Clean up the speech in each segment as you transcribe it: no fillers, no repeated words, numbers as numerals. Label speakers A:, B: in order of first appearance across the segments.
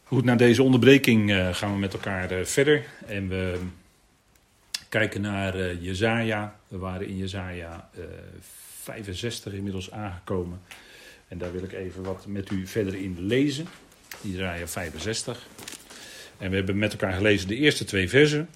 A: Goed, na deze onderbreking gaan we met elkaar verder. En we kijken naar Jesaja. We waren in Jesaja 65 inmiddels aangekomen. En daar wil ik even wat met u verder in lezen. Jesaja 65. En we hebben met elkaar gelezen de eerste 2 versen.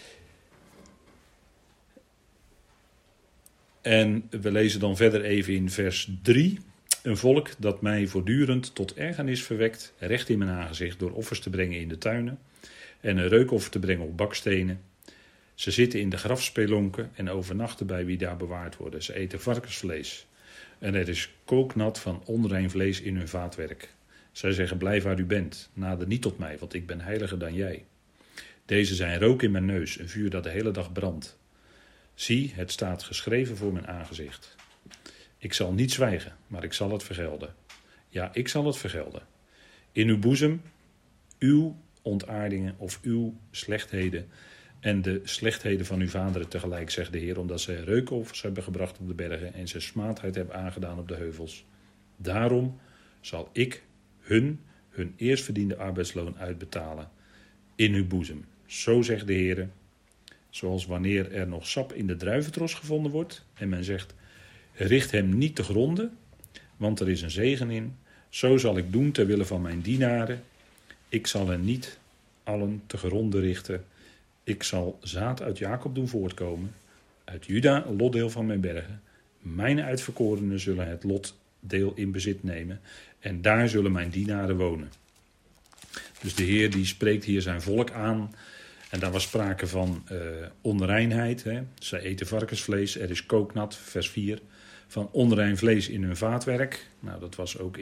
A: En we lezen dan verder even in vers 3. Een volk dat mij voortdurend tot ergernis verwekt, recht in mijn aangezicht door offers te brengen in de tuinen en een reukoffer te brengen op bakstenen. Ze zitten in de grafspelonken en overnachten bij wie daar bewaard worden. Ze eten varkensvlees en er is kooknat van onrein vlees in hun vaatwerk. Zij zeggen, blijf waar u bent, nader niet tot mij, want ik ben heiliger dan jij. Deze zijn rook in mijn neus, een vuur dat de hele dag brandt. Zie, het staat geschreven voor mijn aangezicht. Ik zal niet zwijgen, maar ik zal het vergelden. Ja, ik zal het vergelden. In uw boezem, uw ontaardingen of uw slechtheden en de slechtheden van uw vaderen tegelijk, zegt de Heer, omdat zij reukoffers hebben gebracht op de bergen en ze smaadheid hebben aangedaan op de heuvels. Daarom zal ik hun eerstverdiende arbeidsloon uitbetalen in uw boezem. Zo zegt de Heer, zoals wanneer er nog sap in de druiventros gevonden wordt en men zegt, richt hem niet te gronden, want er is een zegen in. Zo zal ik doen ter wille van mijn dienaren. Ik zal hen niet allen te gronden richten. Ik zal zaad uit Jacob doen voortkomen. Uit Juda een lotdeel van mijn bergen. Mijn uitverkorenen zullen het lotdeel in bezit nemen. En daar zullen mijn dienaren wonen. Dus de Heer die spreekt hier zijn volk aan. En daar was sprake van onreinheid. Hè. Zij eten varkensvlees, er is kooknat, vers 4. Van onrein vlees in hun vaatwerk. Nou, dat was ook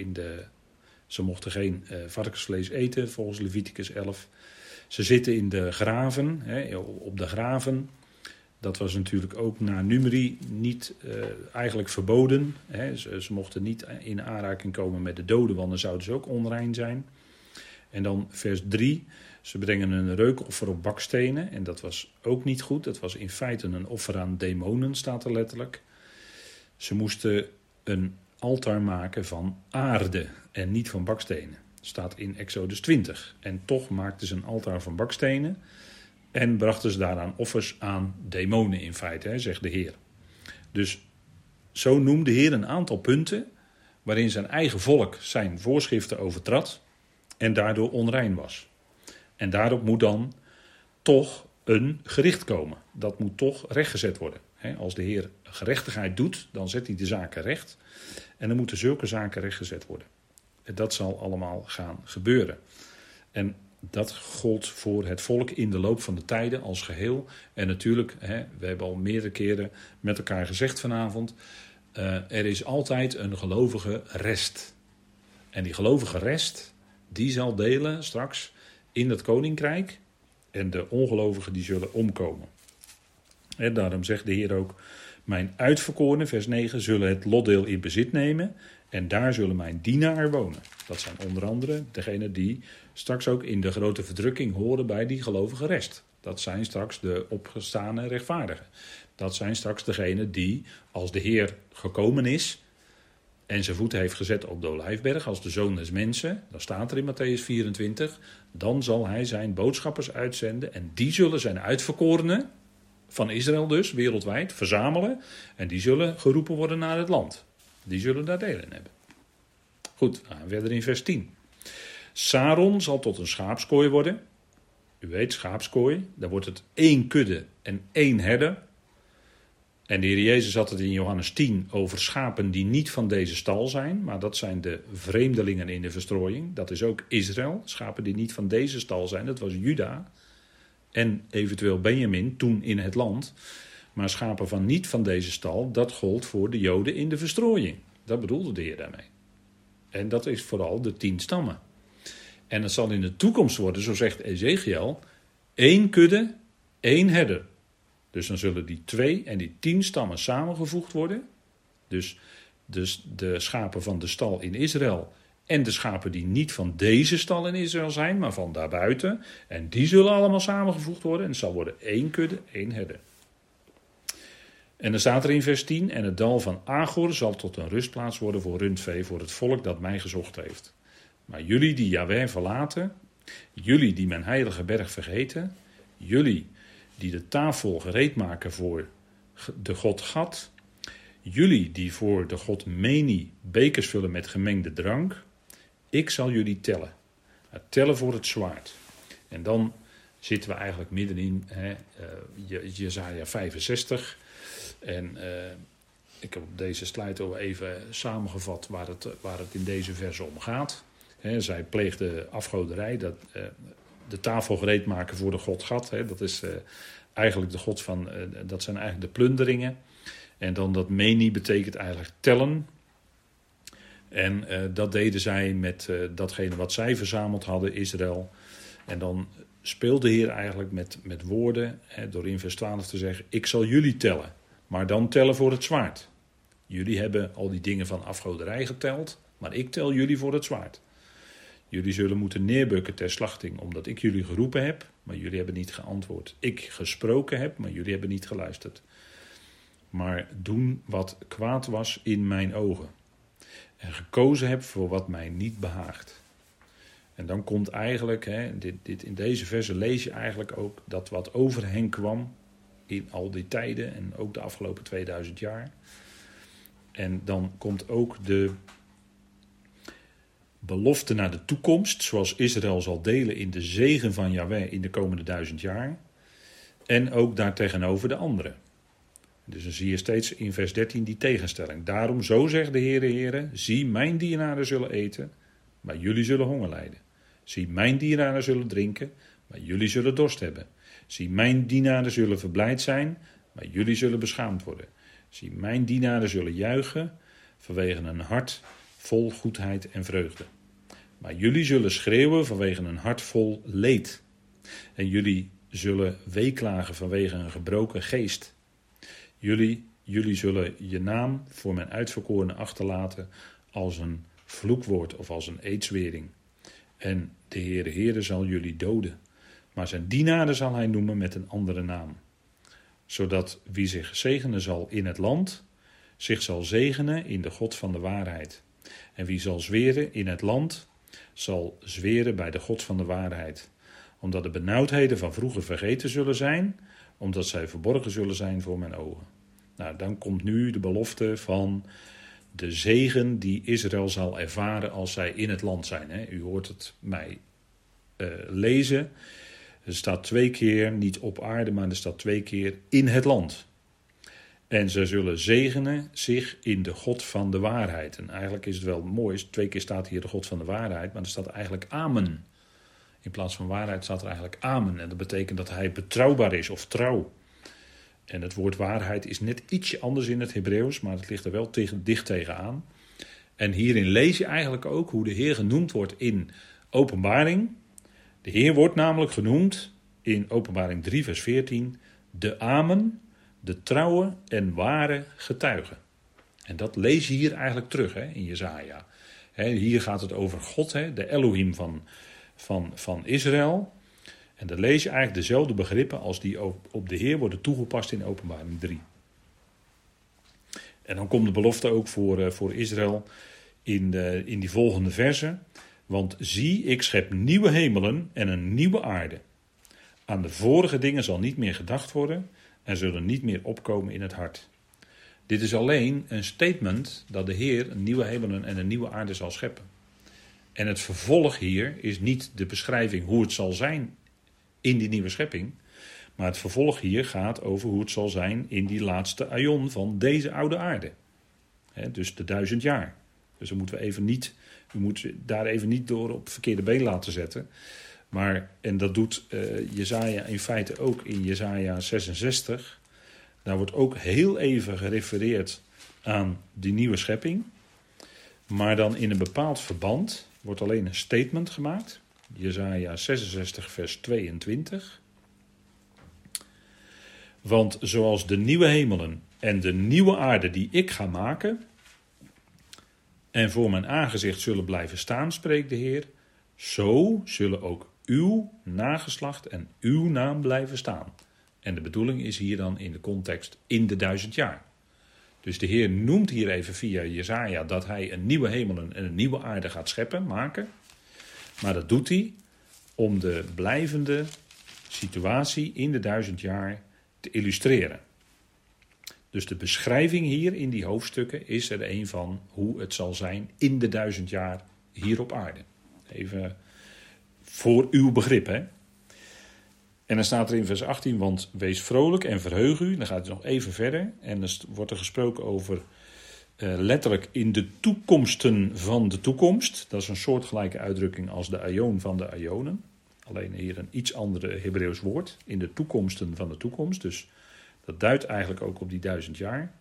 A: ze mochten geen varkensvlees eten, volgens Leviticus 11. Ze zitten in de graven, op de graven. Dat was natuurlijk ook na Numeri niet eigenlijk verboden. Ze mochten niet in aanraking komen met de doden, want dan zouden ze ook onrein zijn. En dan vers 3. Ze brengen een reukoffer op bakstenen. En dat was ook niet goed. Dat was in feite een offer aan demonen, staat er letterlijk. Ze moesten een altaar maken van aarde en niet van bakstenen. Staat in Exodus 20. En toch maakten ze een altaar van bakstenen. En brachten ze daaraan offers aan demonen in feite, zegt de Heer. Dus zo noemt de Heer een aantal punten waarin zijn eigen volk zijn voorschriften overtrad en daardoor onrein was. En daarop moet dan toch een gericht komen. Dat moet toch rechtgezet worden. Als de Heer gerechtigheid doet, dan zet hij de zaken recht. En dan moeten zulke zaken rechtgezet worden. En dat zal allemaal gaan gebeuren. En dat gold voor het volk in de loop van de tijden als geheel. En natuurlijk, we hebben al meerdere keren met elkaar gezegd vanavond, er is altijd een gelovige rest. En die gelovige rest, die zal delen straks in het koninkrijk. En de ongelovigen die zullen omkomen. En daarom zegt de Heer ook, mijn uitverkorenen, vers 9, zullen het lotdeel in bezit nemen. En daar zullen mijn dienaren wonen. Dat zijn onder andere degenen die straks ook in de grote verdrukking horen bij die gelovige rest. Dat zijn straks de opgestane rechtvaardigen. Dat zijn straks degenen die, als de Heer gekomen is en zijn voet heeft gezet op de Olijfberg als de Zoon des Mensen, dan staat er in Mattheüs 24, dan zal hij zijn boodschappers uitzenden en die zullen zijn uitverkorenen, van Israël dus, wereldwijd, verzamelen en die zullen geroepen worden naar het land. Die zullen daar deel in hebben. Goed, dan gaan we verder in vers 10. Saron zal tot een schaapskooi worden. U weet, schaapskooi, daar wordt het 1 kudde en 1 herder. En de Heer Jezus had het in Johannes 10 over schapen die niet van deze stal zijn. Maar dat zijn de vreemdelingen in de verstrooiing. Dat is ook Israël, schapen die niet van deze stal zijn. Dat was Juda en eventueel Benjamin toen in het land. Maar schapen van niet van deze stal, dat gold voor de Joden in de verstrooiing. Dat bedoelde de Heer daarmee. En dat is vooral de 10 stammen. En het zal in de toekomst worden, zo zegt Ezekiel, 1 kudde, 1 herder. Dus dan zullen die 2 en die 10 stammen samengevoegd worden. Dus de schapen van de stal in Israël en de schapen die niet van deze stal in Israël zijn, maar van daarbuiten. En die zullen allemaal samengevoegd worden. En het zal worden 1 kudde, 1 herder. En dan staat er in vers 10, en het dal van Agor zal tot een rustplaats worden voor rundvee, voor het volk dat mij gezocht heeft. Maar jullie die Jahweh verlaten, Jullie die mijn heilige berg vergeten, jullie die de tafel gereed maken voor de god Gad, jullie die voor de god Meni bekers vullen met gemengde drank, ik zal jullie tellen. Tellen voor het zwaard. En dan zitten we eigenlijk middenin Jesaja 65. En ik heb op deze slide al even samengevat waar het in deze verse om gaat. Zij pleegde afgoderij, de tafel gereed maken voor de god Gad. Dat is eigenlijk de god van, dat zijn eigenlijk de plunderingen. En dan dat Meni betekent eigenlijk tellen. En dat deden zij met datgene wat zij verzameld hadden, Israël. En dan speelde de Heer eigenlijk met woorden, door in vers 12 te zeggen, ik zal jullie tellen, maar dan tellen voor het zwaard. Jullie hebben al die dingen van afgoderij geteld, maar ik tel jullie voor het zwaard. Jullie zullen moeten neerbukken ter slachting, omdat ik jullie geroepen heb, maar jullie hebben niet geantwoord. Ik gesproken heb, maar jullie hebben niet geluisterd. Maar doen wat kwaad was in mijn ogen. En gekozen heb voor wat mij niet behaagt. En dan komt eigenlijk, in deze verse lees je eigenlijk ook dat wat over hen kwam in al die tijden en ook de afgelopen 2000 jaar. En dan komt ook de belofte naar de toekomst, zoals Israël zal delen in de zegen van Jahweh in de komende 1000 jaar. En ook daartegenover de anderen. Dus dan zie je steeds in vers 13 die tegenstelling. Daarom, zo zegt de Heere, zie, mijn dienaren zullen eten, maar jullie zullen honger lijden. Zie, mijn dienaren zullen drinken, maar jullie zullen dorst hebben. Zie, mijn dienaren zullen verblijd zijn, maar jullie zullen beschaamd worden. Zie, mijn dienaren zullen juichen vanwege een hart vol goedheid en vreugde. Maar jullie zullen schreeuwen vanwege een hart vol leed. En jullie zullen weeklagen vanwege een gebroken geest. Jullie zullen je naam voor mijn uitverkorene achterlaten als een vloekwoord of als een eedswering. En de Heere zal jullie doden. Maar zijn dienaren zal hij noemen met een andere naam. Zodat wie zich zegenen zal in het land, zich zal zegenen in de God van de waarheid. En wie zal zweren in het land, zal zweren bij de God van de waarheid. Omdat de benauwdheden van vroeger vergeten zullen zijn, omdat zij verborgen zullen zijn voor mijn ogen. Nou, dan komt nu de belofte van de zegen die Israël zal ervaren als zij in het land zijn. U hoort het mij lezen. Er staat 2 keer, niet op aarde, maar er staat 2 keer in het land. En ze zullen zegenen zich in de God van de waarheid. En eigenlijk is het wel mooi, 2 keer staat hier de God van de waarheid, maar er staat eigenlijk amen. In plaats van waarheid staat er eigenlijk amen. En dat betekent dat hij betrouwbaar is of trouw. En het woord waarheid is net ietsje anders in het Hebreeuws, maar het ligt er wel dicht tegenaan. En hierin lees je eigenlijk ook hoe de Heer genoemd wordt in Openbaring. De Heer wordt namelijk genoemd in Openbaring 3 vers 14, de amen, de trouwe en ware getuige. En dat lees je hier eigenlijk terug in Jesaja. Hier gaat het over God, de Elohim van Israël. En dan lees je eigenlijk dezelfde begrippen als die op de Heer worden toegepast in Openbaring 3. En dan komt de belofte ook voor Israël in die volgende verse. Want zie, ik schep nieuwe hemelen en een nieuwe aarde. Aan de vorige dingen zal niet meer gedacht worden en zullen niet meer opkomen in het hart. Dit is alleen een statement dat de Heer een nieuwe hemelen en een nieuwe aarde zal scheppen. En het vervolg hier is niet de beschrijving hoe het zal zijn in die nieuwe schepping. Maar het vervolg hier gaat over hoe het zal zijn in die laatste aion van deze oude aarde. Dus de 1000 jaar. Dus dan moeten we moeten daar even niet door op het verkeerde been laten zetten. En dat doet Jesaja in feite ook in Jesaja 66. Daar wordt ook heel even gerefereerd aan die nieuwe schepping. Maar dan in een bepaald verband wordt alleen een statement gemaakt. Jesaja 66 vers 22. Want zoals de nieuwe hemelen en de nieuwe aarde die ik ga maken en voor mijn aangezicht zullen blijven staan, spreekt de Heer, zo zullen ook uw nageslacht en uw naam blijven staan. En de bedoeling is hier dan in de context in de 1000 jaar. Dus de Heer noemt hier even via Jesaja dat hij een nieuwe hemelen en een nieuwe aarde gaat scheppen, maken. Maar dat doet hij om de blijvende situatie in de 1000 jaar te illustreren. Dus de beschrijving hier in die hoofdstukken is er een van hoe het zal zijn in de 1000 jaar hier op aarde. Even voor uw begrip, hè. En dan staat er in vers 18, want wees vrolijk en verheug u. Dan gaat het nog even verder. En dan wordt er gesproken over letterlijk in de toekomsten van de toekomst. Dat is een soortgelijke uitdrukking als de aion van de aionen. Alleen hier een iets ander Hebreeuws woord. In de toekomsten van de toekomst. Dus dat duidt eigenlijk ook op die 1000 jaar.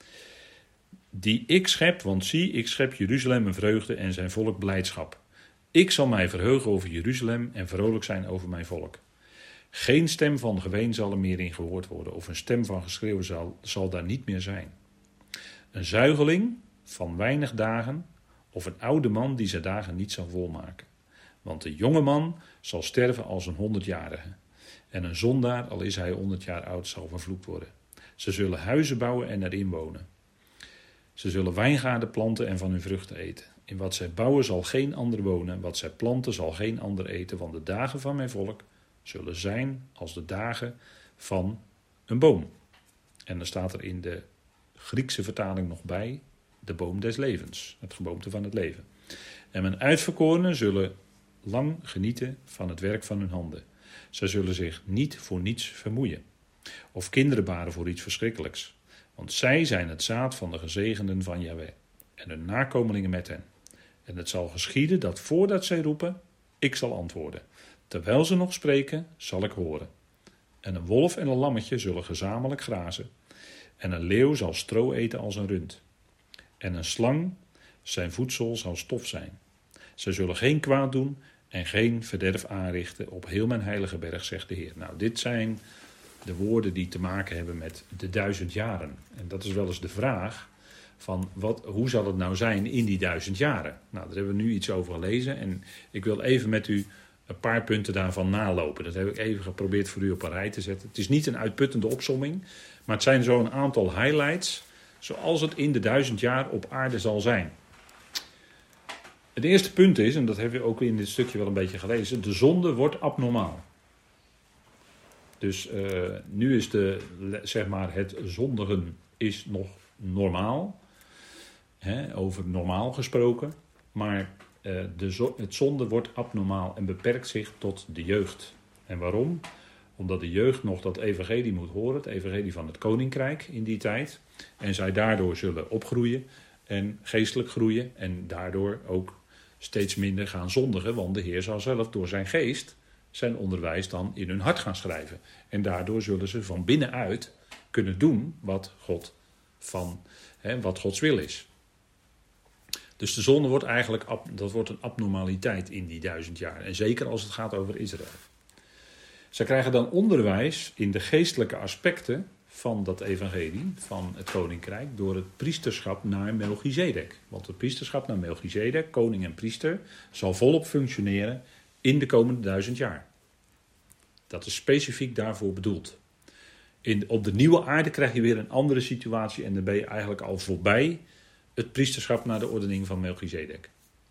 A: Die ik schep, want zie, ik schep Jeruzalem een vreugde en zijn volk blijdschap. Ik zal mij verheugen over Jeruzalem en vrolijk zijn over mijn volk. Geen stem van geween zal er meer in gehoord worden, of een stem van geschreeuw zal daar niet meer zijn. Een zuigeling van weinig dagen, of een oude man die zijn dagen niet zal volmaken. Want de jonge man zal sterven als een 100-jarige. En een zondaar, al is hij 100 jaar oud, zal vervloekt worden. Ze zullen huizen bouwen en erin wonen. Ze zullen wijngaarden planten en van hun vruchten eten. In wat zij bouwen zal geen ander wonen, wat zij planten zal geen ander eten, want de dagen van mijn volk zullen zijn als de dagen van een boom. En dan staat er in de Griekse vertaling nog bij, de boom des levens, het geboomte van het leven. En mijn uitverkorenen zullen lang genieten van het werk van hun handen. Zij zullen zich niet voor niets vermoeien, of kinderen baren voor iets verschrikkelijks. Want zij zijn het zaad van de gezegenden van Jahweh, en hun nakomelingen met hen. En het zal geschieden dat voordat zij roepen, ik zal antwoorden. Terwijl ze nog spreken, zal ik horen. En een wolf en een lammetje zullen gezamenlijk grazen. En een leeuw zal stro eten als een rund. En een slang, zijn voedsel zal stof zijn. Zij zullen geen kwaad doen en geen verderf aanrichten op heel mijn heilige berg, zegt de Heer. Nou, dit zijn de woorden die te maken hebben met de 1000 jaren. En dat is wel eens de vraag van hoe zal het nou zijn in die 1000 jaren? Nou, daar hebben we nu iets over gelezen en ik wil even met u een paar punten daarvan nalopen. Dat heb ik even geprobeerd voor u op een rij te zetten. Het is niet een uitputtende opsomming, maar het zijn zo'n aantal highlights zoals het in de 1000 jaar op aarde zal zijn. Het eerste punt is, en dat hebben we ook in dit stukje wel een beetje gelezen, de zonde wordt abnormaal. Dus nu is het zondigen is nog normaal, over normaal gesproken, maar het zonde wordt abnormaal en beperkt zich tot de jeugd. En waarom? Omdat de jeugd nog dat evangelie moet horen, het evangelie van het koninkrijk in die tijd. En zij daardoor zullen opgroeien en geestelijk groeien en daardoor ook steeds minder gaan zondigen, want de Heer zal zelf door zijn geest zijn onderwijs dan in hun hart gaan schrijven. En daardoor zullen ze van binnenuit kunnen doen wat Gods wil is. Dus de zonde wordt eigenlijk een abnormaliteit in die 1000 jaar. En zeker als het gaat over Israël. Zij krijgen dan onderwijs in de geestelijke aspecten van dat evangelie, van het koninkrijk, door het priesterschap naar Melchizedek. Want het priesterschap naar Melchizedek, koning en priester, zal volop functioneren in de komende 1000 jaar. Dat is specifiek daarvoor bedoeld. Op de nieuwe aarde krijg je weer een andere situatie en dan ben je eigenlijk al voorbij het priesterschap naar de ordening van Melchizedek.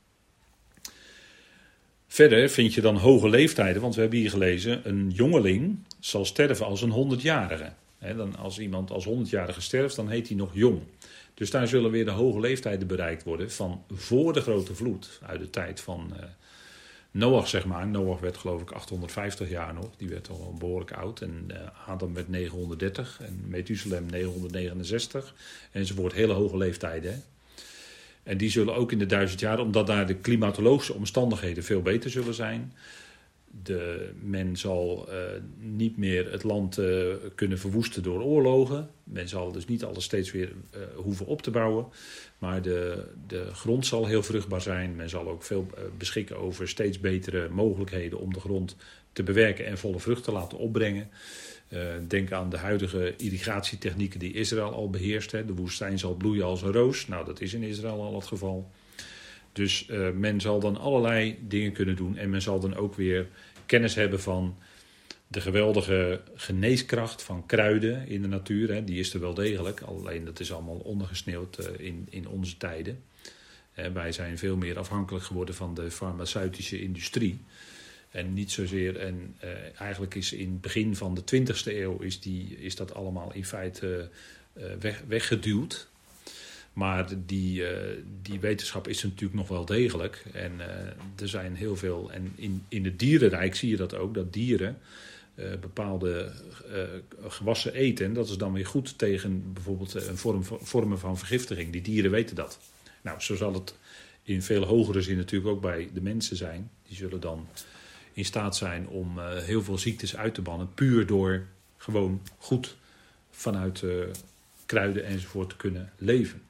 A: Verder vind je dan hoge leeftijden, want we hebben hier gelezen, een jongeling zal sterven als een 100-jarige. Dan als iemand als 100-jarige sterft, dan heet hij nog jong. Dus daar zullen weer de hoge leeftijden bereikt worden van voor de grote vloed, uit de tijd van Noach, zeg maar. Noach werd geloof ik 850 jaar nog, die werd al behoorlijk oud. En Adam werd 930 en Methuselem 969. Enzovoort, hele hoge leeftijden. Hè? En die zullen ook in de 1000 jaar, omdat daar de klimatologische omstandigheden veel beter zullen zijn. Men zal niet meer het land kunnen verwoesten door oorlogen. Men zal dus niet alles steeds weer hoeven op te bouwen. Maar de grond zal heel vruchtbaar zijn. Men zal ook veel beschikken over steeds betere mogelijkheden om de grond te bewerken en volle vrucht te laten opbrengen. Denk aan de huidige irrigatietechnieken die Israël al beheerst. Hè. De woestijn zal bloeien als een roos. Nou, dat is in Israël al het geval. Dus men zal dan allerlei dingen kunnen doen. En men zal dan ook weer kennis hebben van de geweldige geneeskracht van kruiden in de natuur. Hè. Die is er wel degelijk. Alleen dat is allemaal ondergesneeuwd in onze tijden. Wij zijn veel meer afhankelijk geworden van de farmaceutische industrie. En niet zozeer, eigenlijk is in het begin van de 20e eeuw is dat allemaal in feite weggeduwd. Maar die wetenschap is natuurlijk nog wel degelijk. En er zijn heel veel. En in het dierenrijk zie je dat ook, dat dieren bepaalde gewassen eten. En dat is dan weer goed tegen bijvoorbeeld vormen van vergiftiging. Die dieren weten dat. Nou, zo zal het in veel hogere zin natuurlijk ook bij de mensen zijn. Die zullen dan in staat zijn om heel veel ziektes uit te bannen. Puur door gewoon goed vanuit kruiden enzovoort te kunnen leven.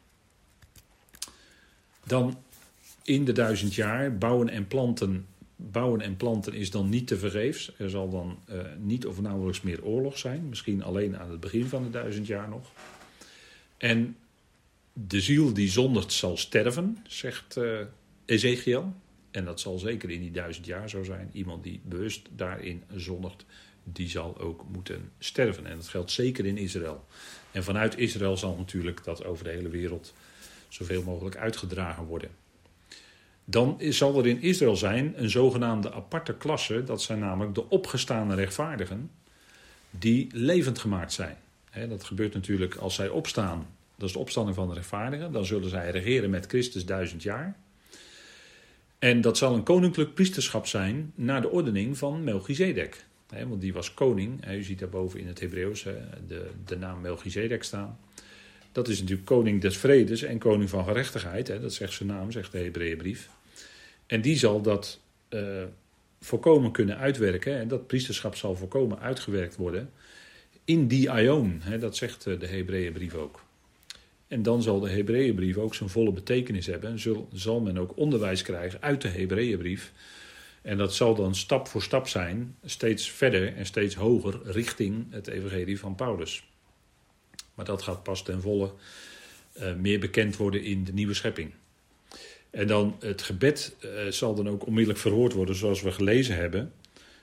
A: Dan in de 1000 jaar bouwen en planten is dan niet te vergeefs. Er zal dan niet of nauwelijks meer oorlog zijn. Misschien alleen aan het begin van de 1000 jaar nog. En de ziel die zondigt zal sterven, zegt Ezechiel. En dat zal zeker in die 1000 jaar zo zijn. Iemand die bewust daarin zondigt, die zal ook moeten sterven. En dat geldt zeker in Israël. En vanuit Israël zal natuurlijk dat over de hele wereld zoveel mogelijk uitgedragen worden. Dan zal er in Israël zijn een zogenaamde aparte klasse. Dat zijn namelijk de opgestane rechtvaardigen die levend gemaakt zijn. Dat gebeurt natuurlijk als zij opstaan. Dat is de opstanding van de rechtvaardigen. Dan zullen zij regeren met Christus 1000 jaar. En dat zal een koninklijk priesterschap zijn naar de ordening van Melchizedek. Want die was koning. U ziet daarboven in het Hebreeuws de naam Melchizedek staan. Dat is natuurlijk koning des vredes en koning van gerechtigheid. Dat zegt zijn naam, zegt de Hebreeënbrief. En die zal dat volkomen kunnen uitwerken. En dat priesterschap zal volkomen uitgewerkt worden in die aion. Dat zegt de Hebreeënbrief ook. En dan zal de Hebreeënbrief ook zijn volle betekenis hebben. En zal men ook onderwijs krijgen uit de Hebreeënbrief. En dat zal dan stap voor stap zijn, steeds verder en steeds hoger richting het evangelie van Paulus. Maar dat gaat pas ten volle meer bekend worden in de nieuwe schepping. En dan het gebed zal dan ook onmiddellijk verhoord worden zoals we gelezen hebben.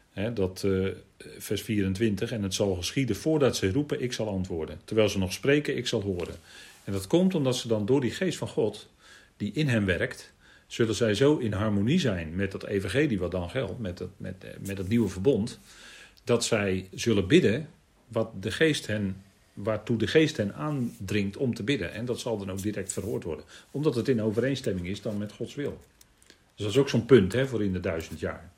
A: Vers 24. En het zal geschieden voordat ze roepen, ik zal antwoorden. Terwijl ze nog spreken, ik zal horen. En dat komt omdat ze dan door die geest van God, die in hen werkt, zullen zij zo in harmonie zijn met dat evangelie wat dan geldt, met het nieuwe verbond, dat zij zullen bidden waartoe de geest hen aandringt om te bidden. En dat zal dan ook direct verhoord worden. Omdat het in overeenstemming is dan met Gods wil. Dus dat is ook zo'n punt voor in de 1000 jaar.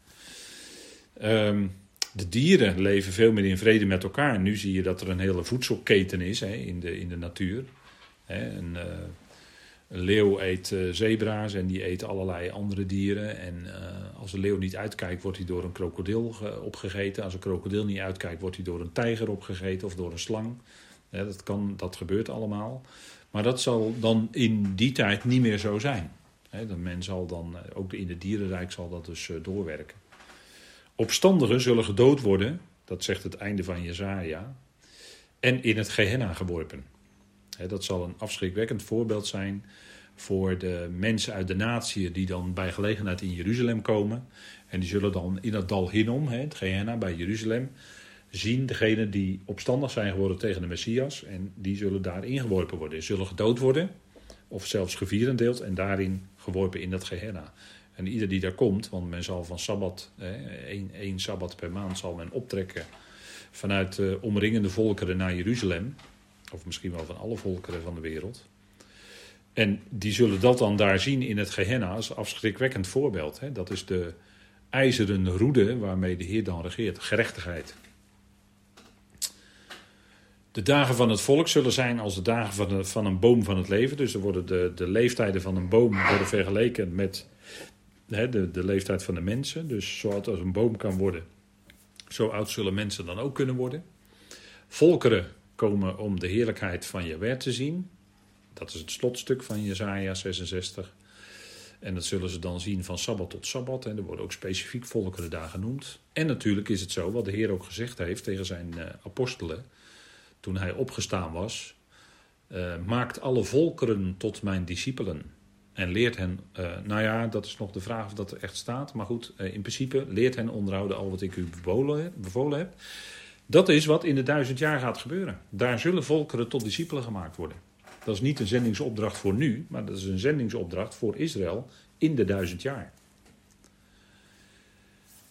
A: De dieren leven veel meer in vrede met elkaar. Nu zie je dat er een hele voedselketen is in de natuur. Een leeuw eet zebra's en die eet allerlei andere dieren. En als een leeuw niet uitkijkt, wordt hij door een krokodil opgegeten. Als een krokodil niet uitkijkt, wordt hij door een tijger opgegeten of door een slang. Dat gebeurt allemaal. Maar dat zal dan in die tijd niet meer zo zijn. Men zal dan, ook in het dierenrijk zal dat dus doorwerken. Opstandigen zullen gedood worden, dat zegt het einde van Jesaja, en in het Gehenna geworpen. Dat zal een afschrikwekkend voorbeeld zijn voor de mensen uit de natie die dan bij gelegenheid in Jeruzalem komen. En die zullen dan in het dal Hinnom, het Gehenna bij Jeruzalem, zien degenen die opstandig zijn geworden tegen de Messias. En die zullen daar ingeworpen worden. Ze zullen gedood worden, of zelfs gevierendeeld en daarin geworpen in dat Gehenna. En ieder die daar komt, want men zal van Sabbat, één Sabbat per maand zal men optrekken vanuit de omringende volkeren naar Jeruzalem. Of misschien wel van alle volkeren van de wereld. En die zullen dat dan daar zien in het Gehenna als afschrikwekkend voorbeeld. Dat is de ijzeren roede waarmee de Heer dan regeert. Gerechtigheid. De dagen van het volk zullen zijn als de dagen van een boom van het leven. Dus er worden de leeftijden van een boom worden vergeleken met de leeftijd van de mensen. Dus zo oud als een boom kan worden, zo oud zullen mensen dan ook kunnen worden. Volkeren komen om de heerlijkheid van Jahweh te zien. Dat is het slotstuk van Jesaja 66. En dat zullen ze dan zien van Sabbat tot Sabbat. En er worden ook specifiek volkeren daar genoemd. En natuurlijk is het zo, wat de Heer ook gezegd heeft tegen zijn apostelen, toen hij opgestaan was, maakt alle volkeren tot mijn discipelen. En leert hen, dat is nog de vraag of dat er echt staat. Maar goed, in principe leert hen onderhouden al wat ik u bevolen heb. Dat is wat in de 1000 jaar gaat gebeuren. Daar zullen volkeren tot discipelen gemaakt worden. Dat is niet een zendingsopdracht voor nu, maar dat is een zendingsopdracht voor Israël in de 1000 jaar.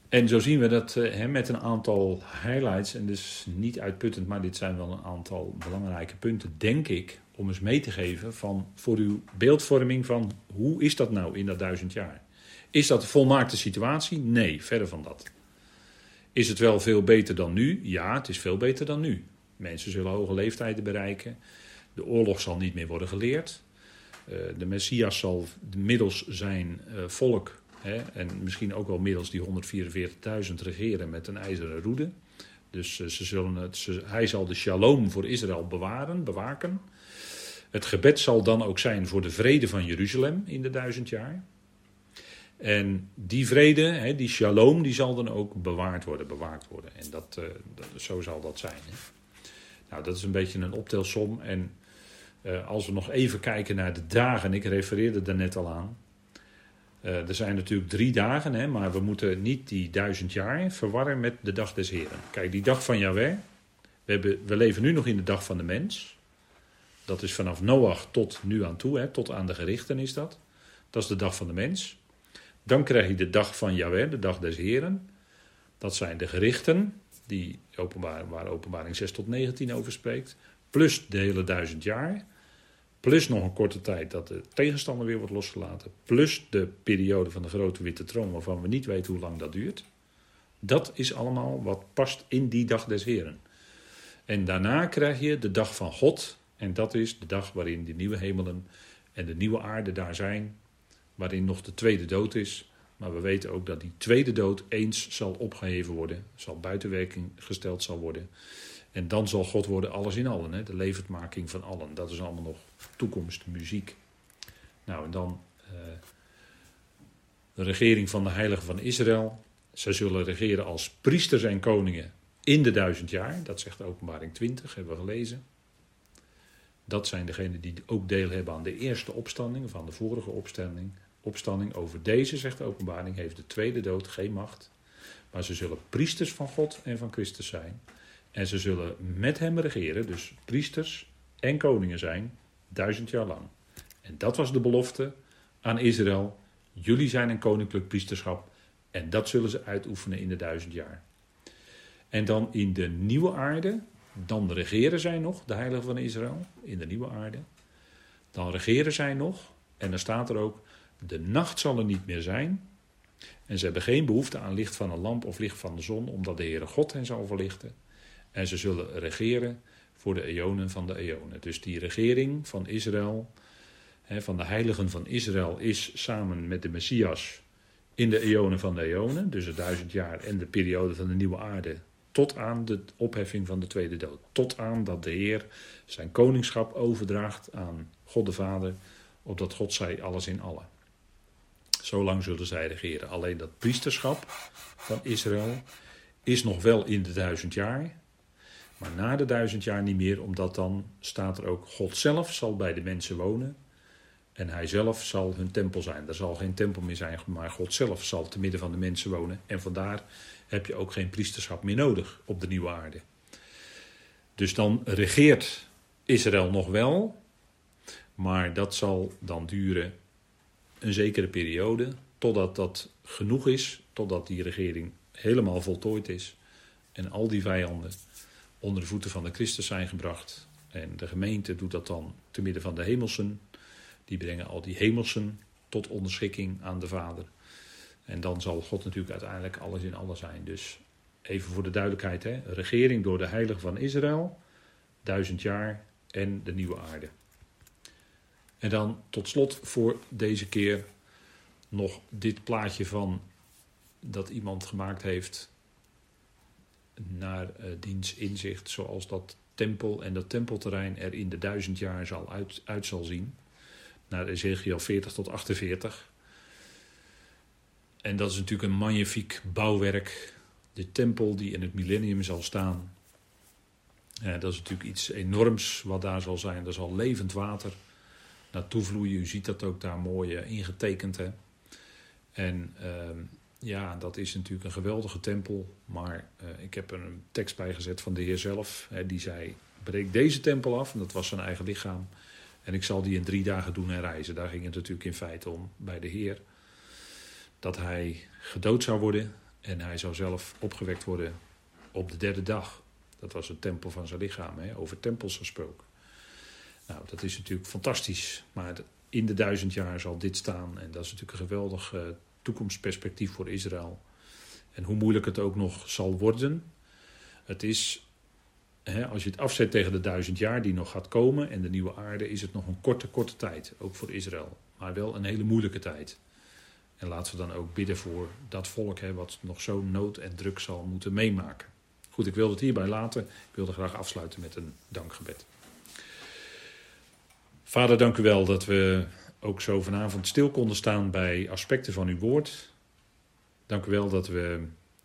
A: En zo zien we dat met een aantal highlights, en dus niet uitputtend, maar dit zijn wel een aantal belangrijke punten, denk ik, om eens mee te geven voor uw beeldvorming van hoe is dat nou in dat 1000 jaar? Is dat een volmaakte situatie? Nee, verre van dat. Is het wel veel beter dan nu? Ja, het is veel beter dan nu. Mensen zullen hoge leeftijden bereiken. De oorlog zal niet meer worden geleerd. De Messias zal middels zijn volk, en misschien ook wel middels die 144.000 regeren met een ijzeren roede. Dus hij zal de shalom voor Israël bewaken. Het gebed zal dan ook zijn voor de vrede van Jeruzalem in de 1000 jaar. En die vrede, die shalom, die zal dan ook bewaakt worden. En zo zal dat zijn. Nou, dat is een beetje een optelsom. En als we nog even kijken naar de dagen, ik refereerde daar net al aan. Er zijn natuurlijk 3 dagen, maar we moeten niet die 1000 jaar verwarren met de dag des Heren. Kijk, die dag van Jahweh, we leven nu nog in de dag van de mens. Dat is vanaf Noach tot nu aan toe, tot aan de gerichten is dat. Dat is de dag van de mens. Dan krijg je de dag van Jahweh, de dag des Heren. Dat zijn de gerichten, waar Openbaring 6 tot 19 over spreekt. Plus de hele 1000 jaar. Plus nog een korte tijd dat de tegenstander weer wordt losgelaten. Plus de periode van de grote witte troon, waarvan we niet weten hoe lang dat duurt. Dat is allemaal wat past in die dag des Heren. En daarna krijg je de dag van God. En dat is de dag waarin de nieuwe hemelen en de nieuwe aarde daar zijn. Waarin nog de tweede dood is. Maar we weten ook dat die tweede dood eens zal opgeheven worden. Zal buiten werking gesteld zal worden. En dan zal God worden alles in allen. De levendmaking van allen. Dat is allemaal nog toekomst, muziek. Nou, en dan de regering van de heiligen van Israël. Zij zullen regeren als priesters en koningen in de 1000 jaar. Dat zegt Openbaring 20, hebben we gelezen. Dat zijn degenen die ook deel hebben aan de eerste opstanding, of aan de vorige opstanding. Over deze, zegt de Openbaring, heeft de tweede dood geen macht. Maar ze zullen priesters van God en van Christus zijn. En ze zullen met hem regeren, dus priesters en koningen zijn, 1000 jaar lang. En dat was de belofte aan Israël. Jullie zijn een koninklijk priesterschap. En dat zullen ze uitoefenen in de 1000 jaar. En dan in de nieuwe aarde, dan regeren zij nog, de heiligen van Israël, in de nieuwe aarde. Dan regeren zij nog, en dan staat er ook, de nacht zal er niet meer zijn. En ze hebben geen behoefte aan licht van een lamp of licht van de zon, omdat de Heere God hen zal verlichten. En ze zullen regeren voor de eonen van de eonen. Dus die regering van Israël, van de heiligen van Israël, is samen met de Messias in de eonen van de eonen. Dus het 1000 jaar en de periode van de nieuwe aarde. Tot aan de opheffing van de tweede dood. Tot aan dat de Heer zijn koningschap overdraagt aan God de Vader. Opdat God zij alles in allen. Zolang zullen zij regeren. Alleen dat priesterschap van Israël is nog wel in de 1000 jaar. Maar na de 1000 jaar niet meer, omdat dan staat er ook, God zelf zal bij de mensen wonen. En hij zelf zal hun tempel zijn. Er zal geen tempel meer zijn, maar God zelf zal te midden van de mensen wonen. En vandaar heb je ook geen priesterschap meer nodig op de nieuwe aarde. Dus dan regeert Israël nog wel. Maar dat zal dan duren een zekere periode. Totdat dat genoeg is. Totdat die regering helemaal voltooid is. En al die vijanden onder de voeten van de Christus zijn gebracht. En de gemeente doet dat dan te midden van de hemelsen. Die brengen al die hemelsen tot onderschikking aan de Vader. En dan zal God natuurlijk uiteindelijk alles in allen zijn. Dus even voor de duidelijkheid. Regering door de heiligen van Israël. 1000 jaar en de nieuwe aarde. En dan tot slot voor deze keer nog dit plaatje van dat iemand gemaakt heeft naar diens inzicht, zoals dat tempel en dat tempelterrein er in de 1000 jaar uit zal zien. Naar Ezekiel 40 tot 48. En dat is natuurlijk een magnifiek bouwwerk. De tempel die in het millennium zal staan. Dat is natuurlijk iets enorms wat daar zal zijn. Er zal levend water naartoe vloeien. U ziet dat ook daar mooi ingetekend. Hè? En dat is natuurlijk een geweldige tempel. Maar ik heb er een tekst bij gezet van de Heer zelf. Die zei, breek deze tempel af. En dat was zijn eigen lichaam. En ik zal die in 3 dagen doen herrijzen. Daar ging het natuurlijk in feite om bij de Heer. Dat hij gedood zou worden En hij zou zelf opgewekt worden op de derde dag. Dat was het tempel van zijn lichaam, over tempels gesproken. Nou, dat is natuurlijk fantastisch. Maar in de 1000 jaar zal dit staan. En dat is natuurlijk een geweldig toekomstperspectief voor Israël. En hoe moeilijk het ook nog zal worden. Het is, als je het afzet tegen de 1000 jaar die nog gaat komen. En de nieuwe aarde, is het nog een korte tijd. Ook voor Israël. Maar wel een hele moeilijke tijd. En laten we dan ook bidden voor dat volk, wat nog zo'n nood en druk zal moeten meemaken. Goed, ik wilde het hierbij laten. Ik wilde graag afsluiten met een dankgebed. Vader, dank u wel dat we ook zo vanavond stil konden staan bij aspecten van uw woord. Dank u wel dat we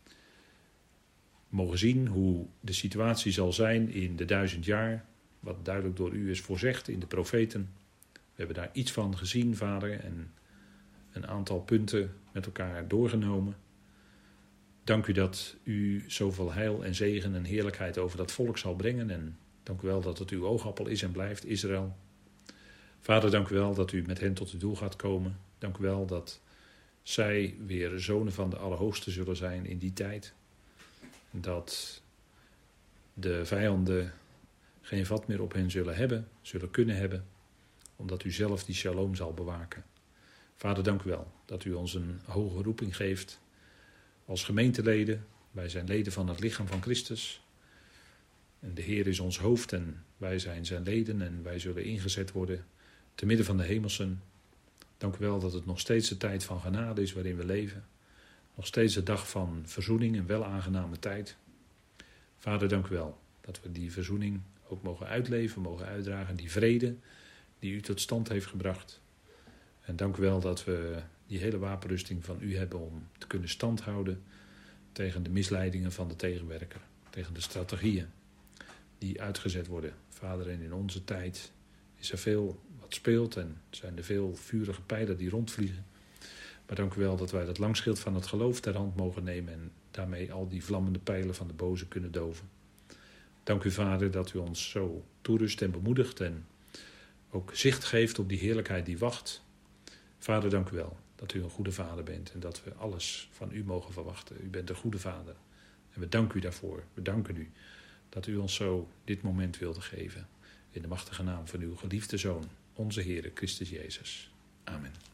A: mogen zien hoe de situatie zal zijn in de 1000 jaar. Wat duidelijk door u is voorzegd in de profeten. We hebben daar iets van gezien, Vader, en een aantal punten met elkaar doorgenomen. Dank u dat u zoveel heil en zegen en heerlijkheid over dat volk zal brengen. En dank u wel dat het uw oogappel is en blijft, Israël. Vader, dank u wel dat u met hen tot het doel gaat komen. Dank u wel dat zij weer zonen van de Allerhoogste zullen zijn in die tijd. Dat de vijanden geen vat meer op hen zullen kunnen hebben, omdat u zelf die shalom zal bewaken. Vader, dank u wel dat u ons een hoge roeping geeft als gemeenteleden. Wij zijn leden van het lichaam van Christus. En de Heer is ons hoofd en wij zijn zijn leden en wij zullen ingezet worden te midden van de hemelsen. Dank u wel dat het nog steeds de tijd van genade is waarin we leven. Nog steeds de dag van verzoening en welaangename tijd. Vader, dank u wel dat we die verzoening ook mogen uitleven, mogen uitdragen. Die vrede die u tot stand heeft gebracht. En dank u wel dat we die hele wapenrusting van u hebben om te kunnen standhouden tegen de misleidingen van de tegenwerker. Tegen de strategieën die uitgezet worden. Vader, en in onze tijd is er veel wat speelt en zijn er veel vurige pijlen die rondvliegen. Maar dank u wel dat wij dat langschild van het geloof ter hand mogen nemen en daarmee al die vlammende pijlen van de boze kunnen doven. Dank u, Vader, dat u ons zo toerust en bemoedigt en ook zicht geeft op die heerlijkheid die wacht. Vader, dank u wel dat u een goede vader bent en dat we alles van u mogen verwachten. U bent een goede vader en we danken u daarvoor. We danken u dat u ons zo dit moment wilde geven. In de machtige naam van uw geliefde Zoon, onze Heere Christus Jezus. Amen.